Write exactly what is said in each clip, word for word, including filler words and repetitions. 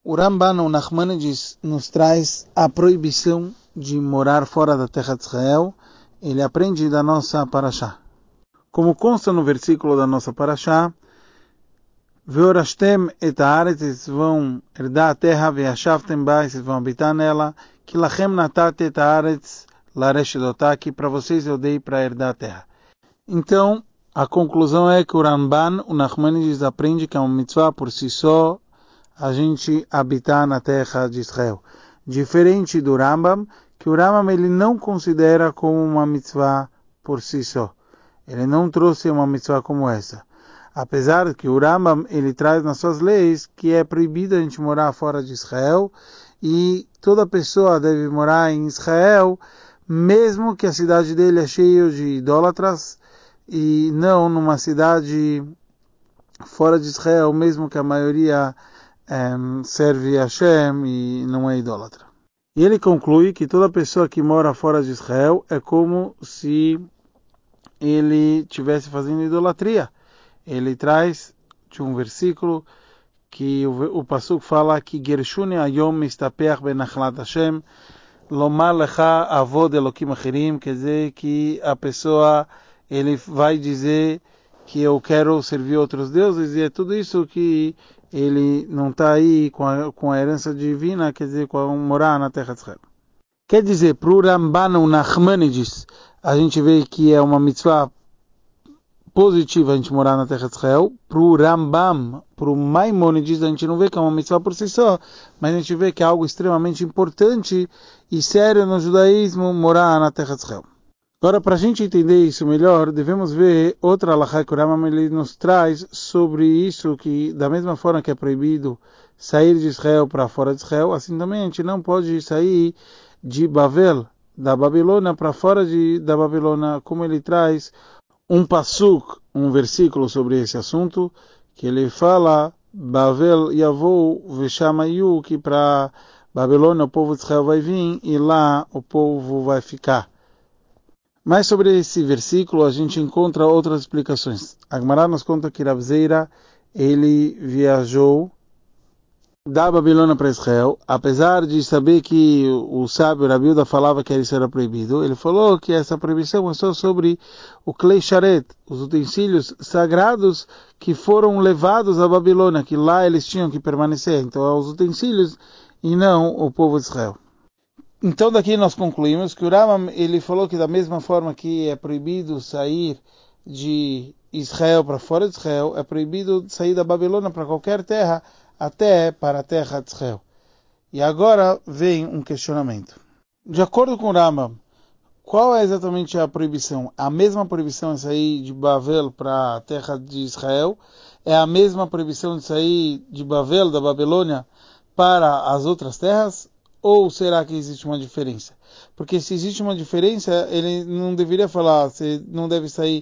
O Ramban, o Nachmanides, nos traz a proibição de morar fora da terra de Israel. Ele aprende da nossa Parashá. Como consta no versículo da nossa Parashá, Veorashtem et haaretz, vocês vão herdar a terra, ve'ashavtem ba, vocês vão habitar nela, que lachem natat et haaretz lareshedotá, que para vocês eu dei para herdar a terra. Então, a conclusão é que o Ramban, o Nachmanides, aprende que é uma mitzvah por si só a gente habitar na terra de Israel. Diferente do Rambam, que o Rambam ele não considera como uma mitzvah por si só. Ele não trouxe uma mitzvah como essa. Apesar que o Rambam ele traz nas suas leis que é proibido a gente morar fora de Israel e toda pessoa deve morar em Israel, mesmo que a cidade dele é cheia de idólatras e não numa cidade fora de Israel, mesmo que a maioria um, serve a Hashem e não é idólatra. E ele conclui que toda pessoa que mora fora de Israel é como se ele estivesse fazendo idolatria. Ele traz de um versículo que o, o Pasuk fala que Gershuni ayom mistapeach benachlat Hashem lomar lecha avod elokim achirim, quer dizer que a pessoa ele vai dizer que eu quero servir outros deuses, e é tudo isso que ele não está aí com a, com a herança divina, quer dizer, com a, morar na terra de Israel. Quer dizer, para o Ramban, o Nachmanides, a gente vê que é uma mitzvah positiva a gente morar na terra de Israel. Para o Rambam, para o Maimonides, a gente não vê que é uma mitzvah por si só, mas a gente vê que é algo extremamente importante e sério no judaísmo morar na terra de Israel. Agora, para a gente entender isso melhor, devemos ver outra halachá que o Rambam ele nos traz sobre isso, que da mesma forma que é proibido sair de Israel para fora de Israel, assim também a gente não pode sair de Bavel, da Babilônia, para fora de, da Babilônia, como ele traz um pasuk, um versículo sobre esse assunto, que ele fala, Bavel Yavou Veshamayu, que para Babilônia o povo de Israel vai vir e lá o povo vai ficar. Mas sobre esse versículo a gente encontra outras explicações. A Gemara nos conta que Rav Zeira, ele viajou da Babilônia para Israel, apesar de saber que o sábio Rabi Uda falava que isso era proibido, ele falou que essa proibição é só sobre o Klei Sharet, os utensílios sagrados que foram levados à Babilônia, que lá eles tinham que permanecer, então os utensílios e não o povo de Israel. Então daqui nós concluímos que o Rambam ele falou que da mesma forma que é proibido sair de Israel para fora de Israel, é proibido sair da Babilônia para qualquer terra, até para a terra de Israel. E agora vem um questionamento. De acordo com o Rambam, qual é exatamente a proibição? A mesma proibição de sair de Bavel para a terra de Israel? É a mesma proibição de sair de Bavel, da Babilônia, para as outras terras? Ou será que existe uma diferença? Porque se existe uma diferença, ele não deveria falar, você não deve sair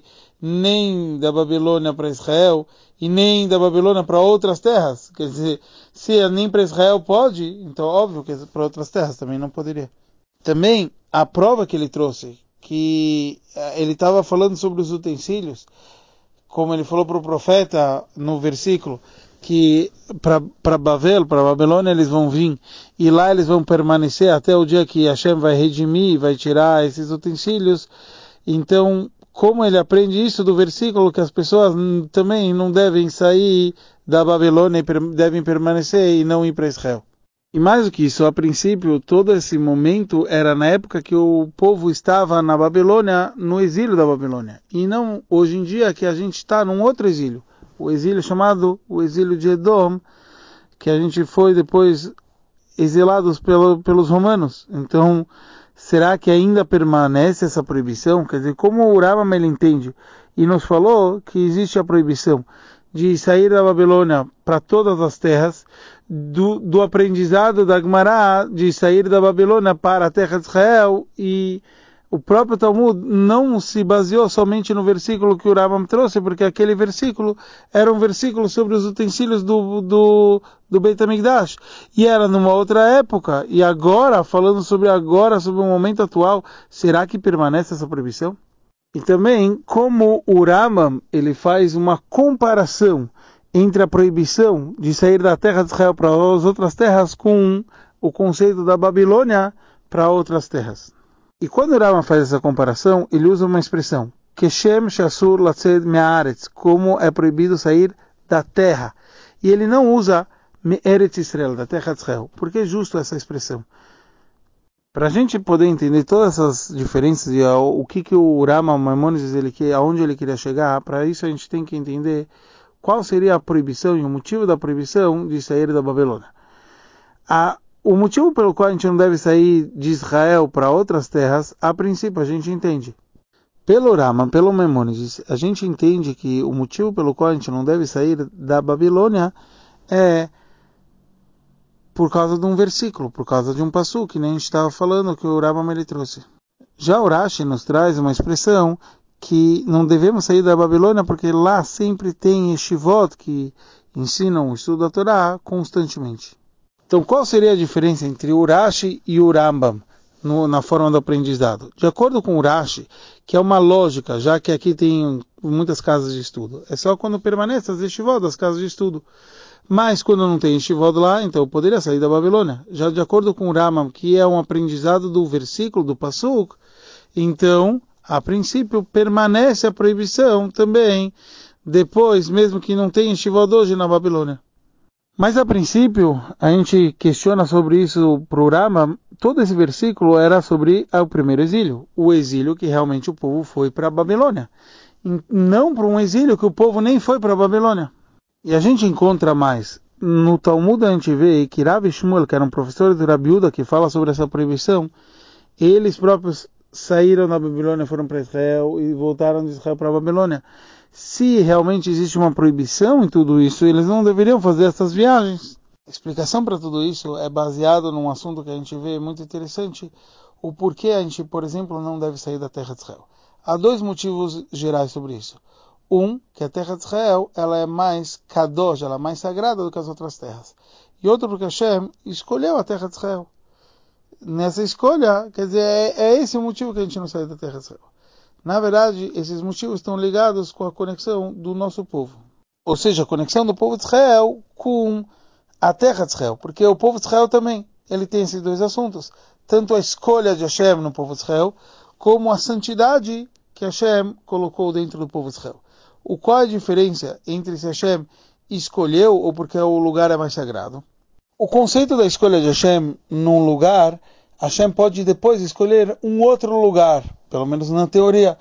nem da Babilônia para Israel e nem da Babilônia para outras terras. Quer dizer, se nem para Israel pode, então óbvio que para outras terras também não poderia. Também a prova que ele trouxe, que ele estava falando sobre os utensílios, como ele falou para o profeta no versículo, que para Bavel, para Babilônia eles vão vir e lá eles vão permanecer até o dia que Hashem vai redimir, vai tirar esses utensílios. Então, como ele aprende isso do versículo, que as pessoas também não devem sair da Babilônia e devem permanecer e não ir para Israel. E mais do que isso, a princípio, todo esse momento era na época que o povo estava na Babilônia, no exílio da Babilônia. E não hoje em dia que a gente está num outro exílio. O exílio chamado o exílio de Edom, que a gente foi depois exilados pelo, pelos romanos. Então, será que ainda permanece essa proibição? Quer dizer, como o Rambam ele entende e nos falou que existe a proibição de sair da Babilônia para todas as terras, do, do aprendizado da Gemara de sair da Babilônia para a terra de Israel, e o próprio Talmud não se baseou somente no versículo que o Rambam trouxe, porque aquele versículo era um versículo sobre os utensílios do, do, do Beit HaMikdash, e era numa outra época, e agora, falando sobre agora, sobre o momento atual, será que permanece essa proibição? E também, como o Rambam ele faz uma comparação entre a proibição de sair da terra de Israel para as outras terras com o conceito da Babilônia para outras terras. E quando o Rama faz essa comparação, ele usa uma expressão, Keshem Shasur Latzed Me'aretz, como é proibido sair da terra. E ele não usa Me'eretz Israel, da terra de Israel. Por que é justo essa expressão? Para a gente poder entender todas essas diferenças e o que, que o Rama Maimonides, ele, aonde ele queria chegar, para isso a gente tem que entender qual seria a proibição e o motivo da proibição de sair da Babilônia. A, o motivo pelo qual a gente não deve sair de Israel para outras terras, a princípio a gente entende. Pelo Rama, pelo Maimonides, a gente entende que o motivo pelo qual a gente não deve sair da Babilônia é por causa de um versículo, por causa de um passu, que nem a gente estava falando, que o Rambam ele trouxe. Já o Rashi nos traz uma expressão que não devemos sair da Babilônia porque lá sempre tem yeshivot que ensinam o estudo da Torá constantemente. Então qual seria a diferença entre o Rashi e o Rambam no, na forma do aprendizado? De acordo com o Rashi, que é uma lógica, já que aqui tem muitas casas de estudo, é só quando permanece as yeshivot das casas de estudo. Mas quando não tem yeshivot lá, então eu poderia sair da Babilônia. Já de acordo com o Rambam, que é um aprendizado do versículo, do Pasuk, então, a princípio, permanece a proibição também, depois, mesmo que não tenha yeshivot hoje na Babilônia. Mas a princípio, a gente questiona sobre isso para o Rambam, todo esse versículo era sobre o primeiro exílio, o exílio que realmente o povo foi para a Babilônia. Não para um exílio que o povo nem foi para a Babilônia. E a gente encontra mais. No Talmud a gente vê que Rav Shmuel, que era um professor de Rabi Uda, que fala sobre essa proibição, eles próprios saíram da Babilônia, foram para Israel e voltaram de Israel para a Babilônia. Se realmente existe uma proibição em tudo isso, eles não deveriam fazer essas viagens. A explicação para tudo isso é baseado num assunto que a gente vê muito interessante, o porquê a gente, por exemplo, não deve sair da terra de Israel. Há dois motivos gerais sobre isso. Um, que a terra de Israel ela é mais kadosh, ela é mais sagrada do que as outras terras. E outro, porque Hashem escolheu a terra de Israel. Nessa escolha, quer dizer, é, é esse o motivo que a gente não sai da terra de Israel. Na verdade, esses motivos estão ligados com a conexão do nosso povo. Ou seja, a conexão do povo de Israel com a terra de Israel. Porque o povo de Israel também, ele tem esses dois assuntos. Tanto a escolha de Hashem no povo de Israel, como a santidade que Hashem colocou dentro do povo de Israel. O qual é a diferença entre se Hashem escolheu ou porque o lugar é mais sagrado? O conceito da escolha de Hashem num lugar, Hashem pode depois escolher um outro lugar, pelo menos na teoria.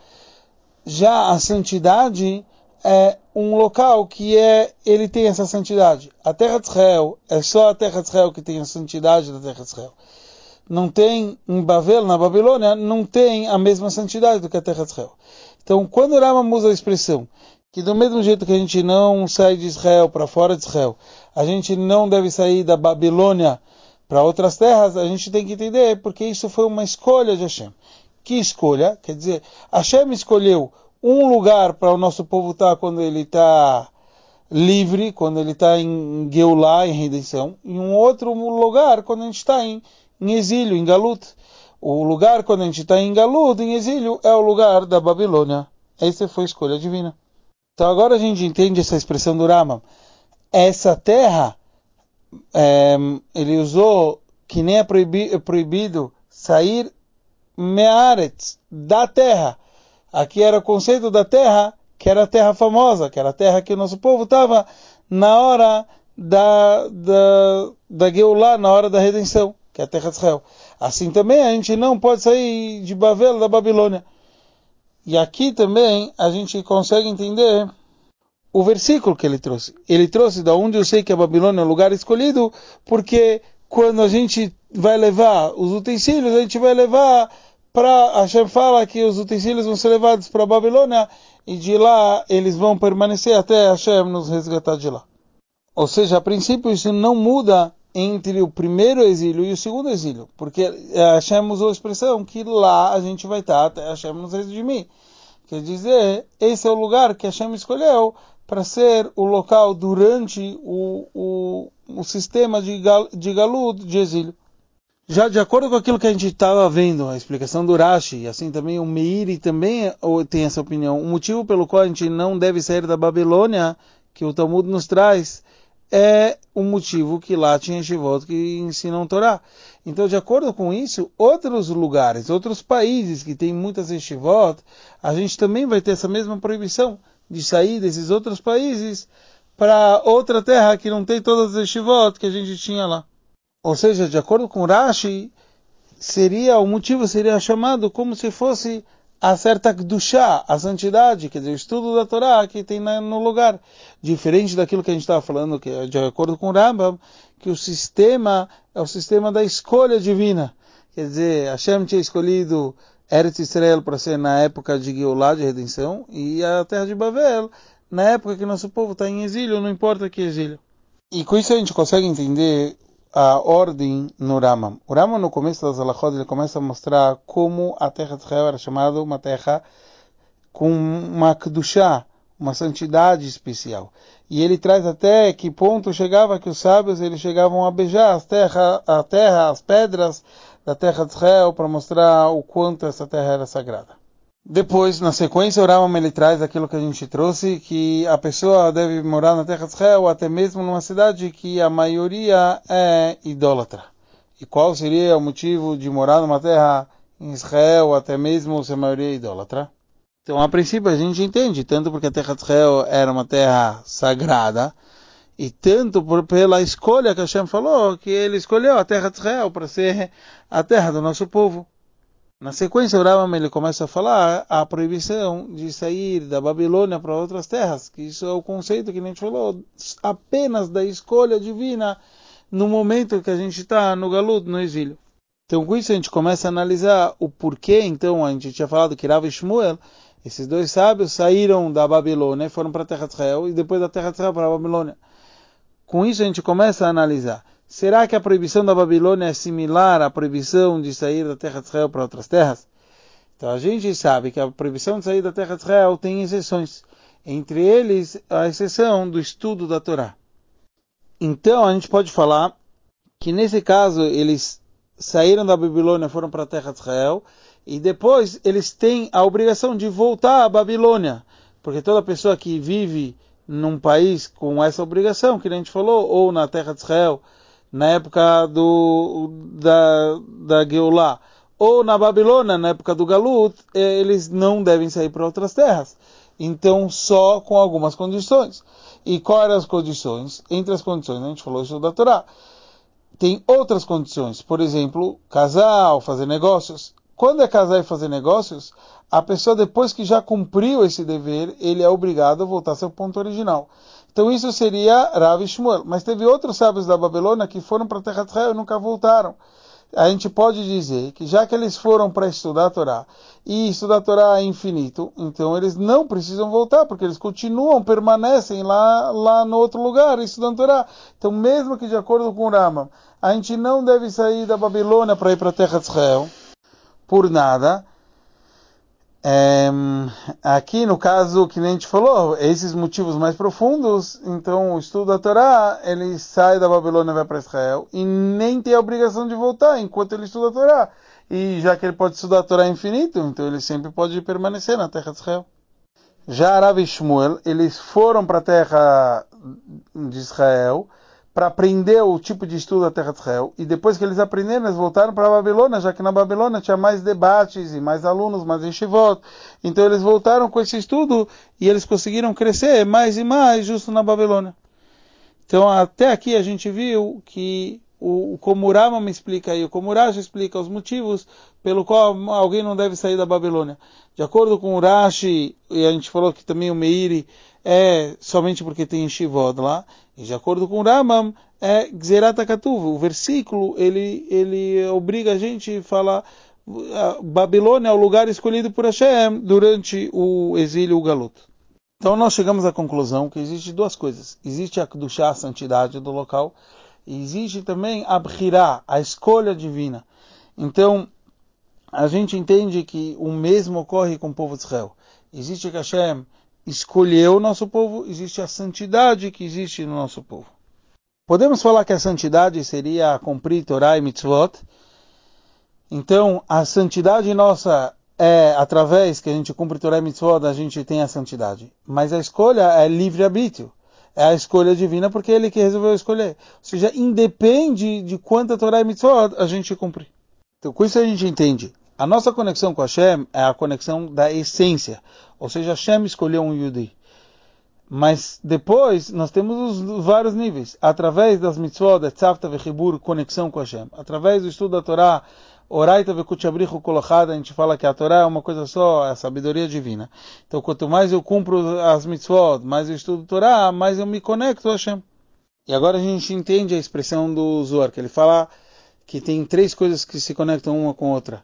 Já a santidade é um local que é, ele tem essa santidade. A terra de Israel é só a terra de Israel que tem a santidade da terra de Israel. Não tem em Babel, na Babilônia, não tem a mesma santidade do que a terra de Israel. Então, quando o Rambam usa a expressão que do mesmo jeito que a gente não sai de Israel para fora de Israel, a gente não deve sair da Babilônia para outras terras, a gente tem que entender porque isso foi uma escolha de Hashem. Que escolha? Quer dizer, Hashem escolheu um lugar para o nosso povo estar quando ele está livre, quando ele está em Geulah, em redenção, e um outro lugar quando a gente está em, em exílio, em Galut. O lugar quando a gente está em Galut, em exílio, é o lugar da Babilônia. Essa foi a escolha divina. Então agora a gente entende essa expressão do Rambam. Essa terra, é, ele usou que nem é, proibi, é proibido sair me'aretz, da terra. Aqui era o conceito da terra, que era a terra famosa, que era a terra que o nosso povo estava na hora da, da, da Geulah, na hora da redenção, que é a terra de Israel. Assim também a gente não pode sair de Babel, da Babilônia. E aqui também a gente consegue entender o versículo que ele trouxe. Ele trouxe da onde eu sei que a Babilônia é o lugar escolhido, porque quando a gente vai levar os utensílios, a gente vai levar para... Hashem fala que os utensílios vão ser levados para a Babilônia e de lá eles vão permanecer até Hashem nos resgatar de lá. Ou seja, a princípio isso não muda entre o primeiro exílio e o segundo exílio, porque Hashem usou a expressão que lá a gente vai estar até Hashem nos redimir. Quer dizer, esse é o lugar que Hashem escolheu para ser o local durante o, o, o sistema de, gal, de galut, de exílio. Já de acordo com aquilo que a gente estava vendo, a explicação do Rashi, e assim também o Meiri também tem essa opinião. O motivo pelo qual a gente não deve sair da Babilônia, que o Talmud nos traz é o motivo que lá tinha yeshivot que ensinam Torá. Então, de acordo com isso, outros lugares, outros países que têm muitas yeshivot, a gente também vai ter essa mesma proibição de sair desses outros países para outra terra que não tem todas as yeshivot que a gente tinha lá. Ou seja, de acordo com Rashi, seria, o motivo seria chamado como se fosse a certa Kedushá, a santidade, quer dizer, o estudo da Torá que tem no lugar. Diferente daquilo que a gente estava falando, que é de acordo com o Rambam, que o sistema é o sistema da escolha divina. Quer dizer, Hashem tinha escolhido Eretz Israel para ser na época de Geulah, de redenção, e a terra de Babel, na época que nosso povo está em exílio, não importa que exílio. E com isso a gente consegue entender a ordem no Rambam. O Rambam, no começo das Halachot, ele começa a mostrar como a terra de Israel era chamada uma terra com uma Kedushá, uma santidade especial. E ele traz até que ponto chegava que os sábios eles chegavam a beijar as terra, a terra, as pedras da terra de Israel para mostrar o quanto essa terra era sagrada. Depois, na sequência, o Rambam ele traz aquilo que a gente trouxe, que a pessoa deve morar na terra de Israel, até mesmo numa cidade que a maioria é idólatra. E qual seria o motivo de morar numa terra em Israel, até mesmo se a maioria é idólatra? Então, a princípio, a gente entende, tanto porque a terra de Israel era uma terra sagrada, e tanto por, pela escolha que Hashem falou, que ele escolheu a terra de Israel para ser a terra do nosso povo. Na sequência, o Rambam ele começa a falar a proibição de sair da Babilônia para outras terras, que isso é o conceito que a gente falou, apenas da escolha divina no momento que a gente está no galut, no exílio. Então, com isso a gente começa a analisar o porquê, então, a gente tinha falado que Rav e Shmuel, esses dois sábios, saíram da Babilônia, foram para a terra de Israel, e depois da terra de Israel para a Babilônia. Com isso a gente começa a analisar. Será que a proibição da Babilônia é similar à proibição de sair da terra de Israel para outras terras? Então a gente sabe que a proibição de sair da terra de Israel tem exceções. Entre eles, a exceção do estudo da Torá. Então a gente pode falar que nesse caso eles saíram da Babilônia e foram para a terra de Israel, e depois eles têm a obrigação de voltar à Babilônia. Porque toda pessoa que vive num país com essa obrigação, que a gente falou, ou na terra de Israel, na época do, da, da Geulah, ou na Babilônia, na época do Galut, eles não devem sair para outras terras. Então, só com algumas condições. E quais eram as condições? Entre as condições, a gente falou isso da Torá. Tem outras condições. Por exemplo, casar ou fazer negócios. Quando é casar e fazer negócios, a pessoa, depois que já cumpriu esse dever, ele é obrigado a voltar ao seu ponto original. Então isso seria Rav e Shmuel. Mas teve outros sábios da Babilônia que foram para a terra de Israel e nunca voltaram. A gente pode dizer que já que eles foram para estudar a Torá, e estudar a Torá é infinito, então eles não precisam voltar, porque eles continuam, permanecem lá, lá no outro lugar, estudando a Torá. Então mesmo que de acordo com o Rambam, a gente não deve sair da Babilônia para ir para a terra de Israel, por nada. É, aqui no caso que nem a gente falou, esses motivos mais profundos, então o estudo da Torá, ele sai da Babilônia e vai para Israel, e nem tem a obrigação de voltar enquanto ele estuda a Torá. E já que ele pode estudar a Torá infinito, então ele sempre pode permanecer na terra de Israel. Já Rav e Shmuel, eles foram para a terra de Israel para aprender o tipo de estudo da terra de Israel, e depois que eles aprenderam, eles voltaram para a Babilônia, já que na Babilônia tinha mais debates e mais alunos, mais yeshivot. Então eles voltaram com esse estudo e eles conseguiram crescer mais e mais justo na Babilônia. Então até aqui a gente viu que o, como o Rama me explica aí, como o Rashi explica os motivos pelo qual alguém não deve sair da Babilônia. De acordo com o Rashi, e a gente falou que também o Meiri é somente porque tem yeshivot lá, e de acordo com o Rambam, é Gzerat HaKatuv. O versículo, ele, ele obriga a gente a falar, a Babilônia é o lugar escolhido por Hashem durante o exílio, o Galut. Então nós chegamos à conclusão que existe duas coisas. Existe a Kedushá, a santidade do local, e existe também a Bchirá, a escolha divina. Então, a gente entende que o mesmo ocorre com o povo de Israel. Existe que Hashem escolheu o nosso povo, existe a santidade que existe no nosso povo. Podemos falar que a santidade seria cumprir Torá e Mitzvot. Então, a santidade nossa é através que a gente cumpre Torá e Mitzvot, a gente tem a santidade. Mas a escolha é livre-arbítrio. é a escolha divina, porque é ele que resolveu escolher. Ou seja, independe de quanta Torá e Mitzvot a gente cumprir. Então, com isso a gente entende. A nossa conexão com Hashem é a conexão da essência. Ou seja, Hashem escolheu um Yudi. Mas depois nós temos os vários níveis. Através das mitzvot, de tzavta vechibur, conexão com Hashem. Através do estudo da Torá, oraita vekuchabrichu kolachada, a gente fala que a Torá é uma coisa só, é a sabedoria divina. Então quanto mais eu cumpro as mitzvot, mais eu estudo a Torá, mais eu me conecto a Hashem. E agora a gente entende a expressão do Zohar, que ele fala que tem três coisas que se conectam uma com a outra.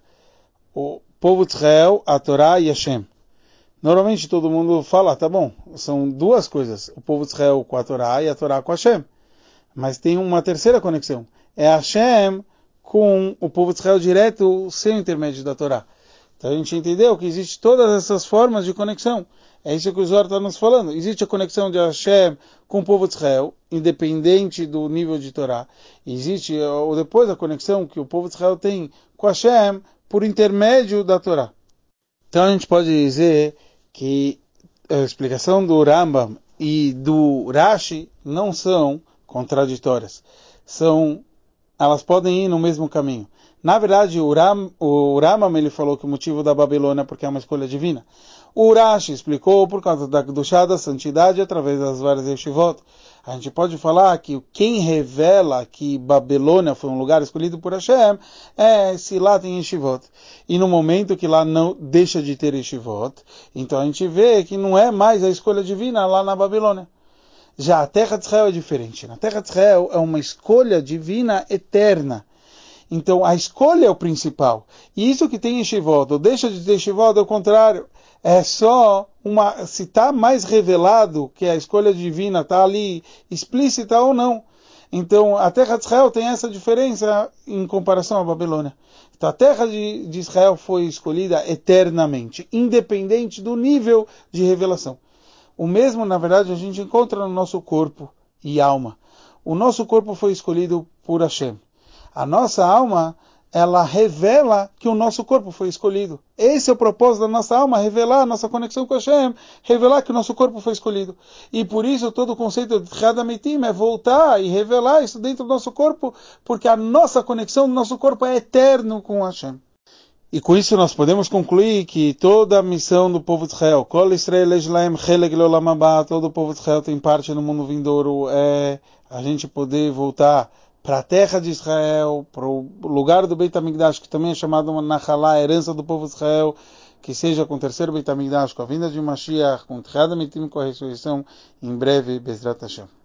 O povo de Israel, a Torá e Hashem. Normalmente todo mundo fala, tá bom, são duas coisas, o povo de Israel com a Torá e a Torá com Hashem. Mas tem uma terceira conexão, é Hashem com o povo de Israel direto, sem o intermédio da Torá. Então a gente entendeu que existe todas essas formas de conexão. É isso que o Zohar está nos falando. Existe a conexão de Hashem com o povo de Israel, independente do nível de Torá. Existe, ou depois, a conexão que o povo de Israel tem com Hashem por intermédio da Torá. Então a gente pode dizer que a explicação do Rambam e do Rashi não são contraditórias. São, elas podem ir no mesmo caminho. Na verdade, o, Ram, o Rambam ele falou que o motivo da Babilônia é porque é uma escolha divina. O Rashi explicou por causa da Kedushá, da santidade, através das várias yeshivot. A gente pode falar que quem revela que Babilônia foi um lugar escolhido por Hashem é se lá tem yeshivot. E no momento que lá não deixa de ter yeshivot, então a gente vê que não é mais a escolha divina lá na Babilônia. Já a terra de Israel é diferente. Na terra de Israel é uma escolha divina eterna. Então a escolha é o principal. E isso que tem yeshivot, ou deixa de ter yeshivot, é o contrário. É só uma, se está mais revelado que a escolha divina está ali explícita ou não. Então a terra de Israel tem essa diferença em comparação à Babilônia. Então a terra de, de Israel foi escolhida eternamente, independente do nível de revelação. O mesmo, na verdade, a gente encontra no nosso corpo e alma. O nosso corpo foi escolhido por Hashem. A nossa alma, ela revela que o nosso corpo foi escolhido. Esse é o propósito da nossa alma, revelar a nossa conexão com Hashem, revelar que o nosso corpo foi escolhido. E por isso todo o conceito de Hadamitim é voltar e revelar isso dentro do nosso corpo, porque a nossa conexão do nosso corpo é eterno com Hashem. E com isso nós podemos concluir que toda a missão do povo de Israel, Kol Israel Ejlaem Cheleg Leolam Haba, todo o povo de Israel tem parte no mundo vindouro, é a gente poder voltar para a terra de Israel, para o lugar do Beit HaMikdash, que também é chamado uma Nachalá, a herança do povo de Israel, que seja com o terceiro Beit HaMikdash, com a vinda de Mashiach, com o Tchad HaMitim, com a ressurreição, em breve, Bezrat Hashem.